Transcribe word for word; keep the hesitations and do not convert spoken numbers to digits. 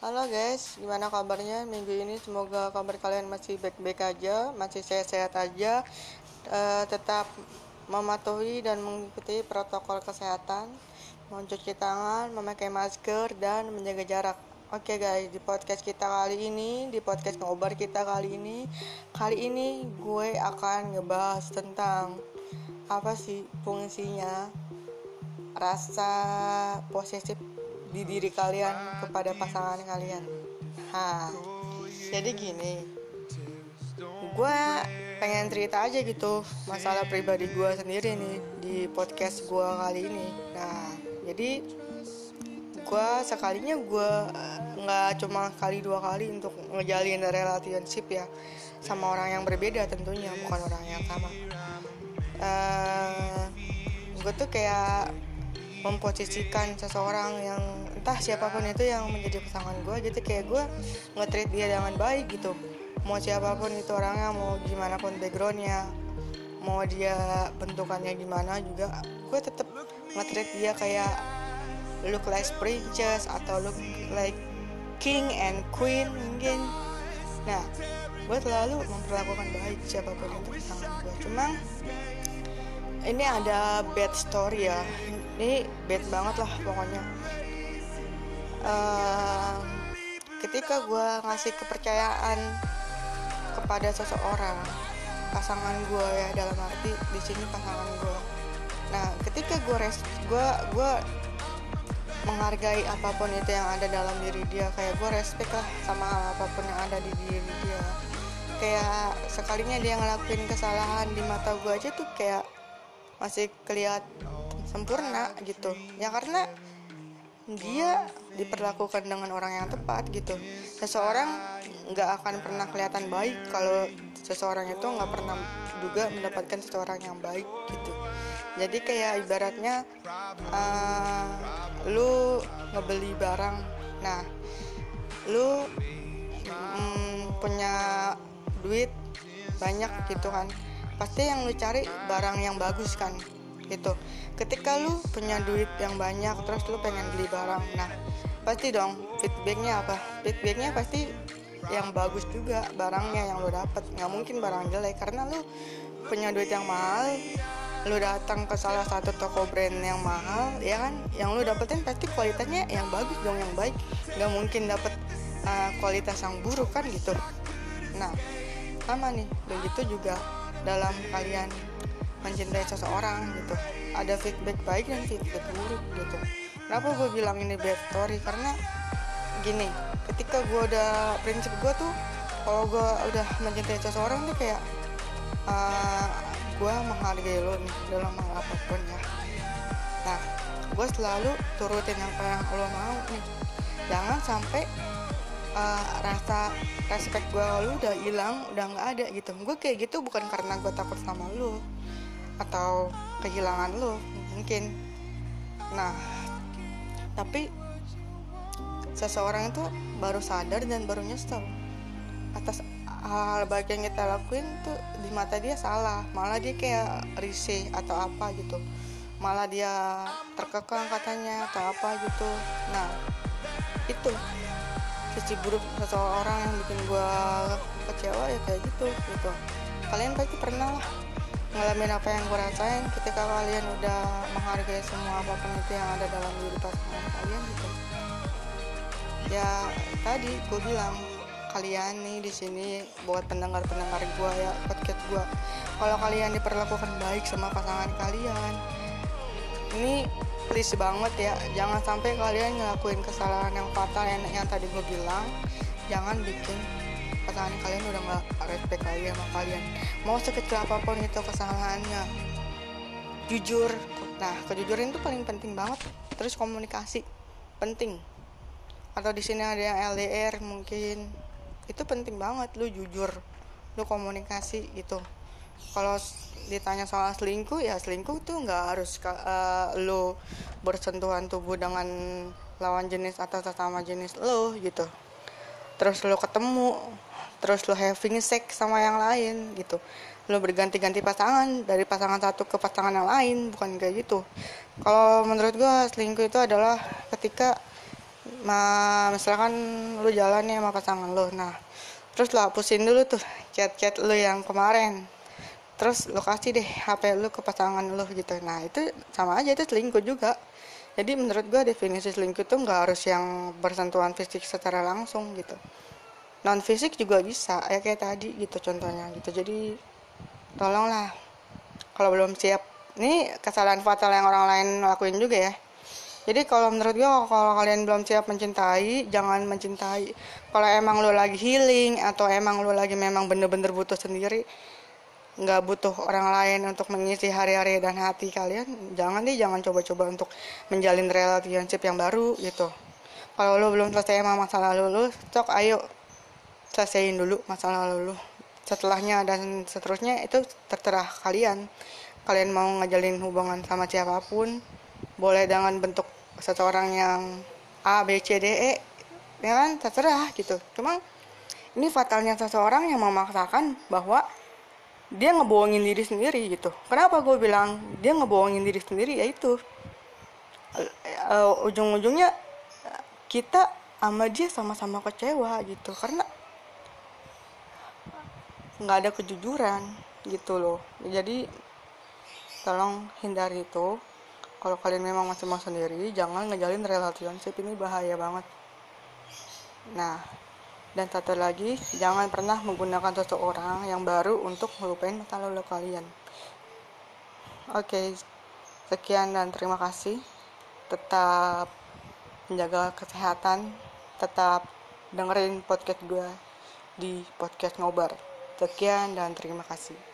Halo guys, gimana kabarnya minggu ini? Semoga kabar kalian masih baik-baik aja, masih sehat-sehat aja. Eh, tetap mematuhi dan mengikuti protokol kesehatan, mencuci tangan, memakai masker, dan menjaga jarak. Oke guys, di podcast kita kali ini, di podcast ngobar kita kali ini, kali ini gue akan ngebahas tentang apa sih fungsinya rasa posesif di diri kalian kepada pasangan kalian. Ha, jadi gini, gue pengen cerita aja gitu masalah pribadi gue sendiri nih di podcast gue kali ini. Nah, jadi gue sekalinya gue nggak cuma kali dua kali untuk ngejalin relationship ya sama orang yang berbeda tentunya, bukan orang yang sama. Uh, gue tuh kayak memposisikan seseorang yang entah siapapun itu yang menjadi pasangan gue, jadi kayak gue nge-treat dia dengan baik gitu, mau siapapun itu orangnya, mau gimana pun backgroundnya, mau dia bentukannya gimana juga, gue tetap nge-treat dia kayak look like princess atau look like king and queen mungkin. Nah, gue selalu memperlakukan baik siapapun itu pasangan gue. Cuma ini ada bad story ya, ini bad banget lah pokoknya. Uh, ketika gue ngasih kepercayaan kepada seseorang, pasangan gue ya, dalam arti di sini pasangan gue. Nah, ketika gue res, gue gue menghargai apapun itu yang ada dalam diri dia, kayak gue respect lah sama hal apapun yang ada di diri dia. Kayak sekalinya dia ngelakuin kesalahan di mata gue aja tuh kayak masih kelihatan sempurna gitu ya, karena dia diperlakukan dengan orang yang tepat gitu. Seseorang nggak akan pernah kelihatan baik kalau seseorang itu nggak pernah juga mendapatkan seseorang yang baik gitu. Jadi kayak ibaratnya uh, lu ngebeli barang, nah lu mm, punya duit banyak gitu kan, pasti yang lu cari barang yang bagus kan gitu. Ketika lu punya duit yang banyak terus lu pengen beli barang, nah pasti dong feedbacknya apa? Feedbacknya pasti yang bagus juga barangnya yang lu dapet, nggak mungkin barang jelek. Karena lu punya duit yang mahal, lu datang ke salah satu toko brand yang mahal ya kan, yang lu dapetin pasti kualitasnya yang bagus dong, yang baik. Nggak mungkin dapet uh, kualitas yang buruk kan gitu. Nah sama nih, begitu juga dalam kalian mencintai seseorang gitu, ada feedback baik dan feedback buruk gitu. Kenapa gue bilang ini bad story? Karena gini, ketika gue udah prinsip gue tuh, kalau gue udah mencintai seseorang tuh kayak uh, gue menghargai lo nih dalam hal apapun ya. Nah, gue selalu turutin apa yang lo mau nih. Jangan sampai uh, rasa respect gue lu udah hilang, udah nggak ada gitu. Gue kayak gitu bukan karena gue takut sama lu atau kehilangan lu mungkin. Nah, tapi seseorang itu baru sadar dan baru nyesel atas hal-hal baik yang kita lakuin tuh di mata dia salah, malah dia kayak risih atau apa gitu, malah dia terkekang katanya atau apa gitu. Nah, itu sisi buruk seseorang yang bikin gue kecewa ya kayak gitu gitu. Kalian pasti pernah lah ngalamin apa yang gue rasain ketika kalian udah menghargai semua apapun itu yang ada dalam diri pasangan kalian gitu. Ya tadi gue bilang, kalian nih di sini buat pendengar-pendengar gue ya podcast gue, kalau kalian diperlakukan baik sama pasangan kalian, ini please banget ya, jangan sampai kalian ngelakuin kesalahan yang fatal yang, yang tadi gue bilang. Jangan bikin pasangan kalian udah gak respect lagi sama kalian, mau sekecil apapun itu kesalahannya. Jujur, nah kejujuran itu paling penting banget. Terus komunikasi penting, atau di sini ada yang L D R mungkin, itu penting banget. Lu jujur, lu komunikasi gitu. Kalau ditanya soal selingkuh, ya selingkuh tuh nggak harus uh, lo bersentuhan tubuh dengan lawan jenis atau sesama jenis lo gitu, terus lo ketemu, terus lo having sex sama yang lain gitu, lo berganti-ganti pasangan dari pasangan satu ke pasangan yang lain, bukan kayak gitu. Kalau menurut gue selingkuh itu adalah ketika Ma, misalkan lu jalan nih sama pasangan lu, nah terus lu hapusin dulu tuh chat-chat lu yang kemarin, terus lu kasih deh H P lu ke pasangan lu gitu. Nah itu sama aja, itu selingkuh juga. Jadi menurut gua definisi selingkuh tuh nggak harus yang bersentuhan fisik secara langsung gitu, non fisik juga bisa ya kayak tadi gitu contohnya gitu. Jadi tolonglah kalau belum siap, ini kesalahan fatal yang orang lain lakuin juga ya. Jadi kalau menurut gue, kalau kalian belum siap mencintai, jangan mencintai. Kalau emang lo lagi healing atau emang lo lagi memang bener-bener butuh sendiri, nggak butuh orang lain untuk mengisi hari-hari dan hati kalian, jangan deh, jangan coba-coba untuk menjalin relationship yang baru gitu. Kalau lo belum selesai sama masa lalu lo, cok ayo selesaiin dulu masa lalu lo. Setelahnya dan seterusnya itu terserah kalian. Kalian mau ngejalin hubungan sama siapapun, boleh dengan bentuk seseorang yang A, B, C, D, E, ya kan, terserah gitu. Cuma ini fatalnya seseorang yang memaksakan bahwa dia ngebohongin diri sendiri gitu. Kenapa gue bilang dia ngebohongin diri sendiri? Yaitu uh, ujung-ujungnya kita sama dia sama-sama kecewa gitu, karena nggak ada kejujuran gitu loh. Jadi tolong hindari itu. Kalau kalian memang masih mau sendiri, jangan ngejalin relationship, ini bahaya banget. Nah, dan satu lagi, jangan pernah menggunakan seseorang yang baru untuk melupain masa lalu kalian. Oke, sekian dan terima kasih. Tetap menjaga kesehatan, tetap dengerin podcast gue di podcast Ngobar. Sekian dan terima kasih.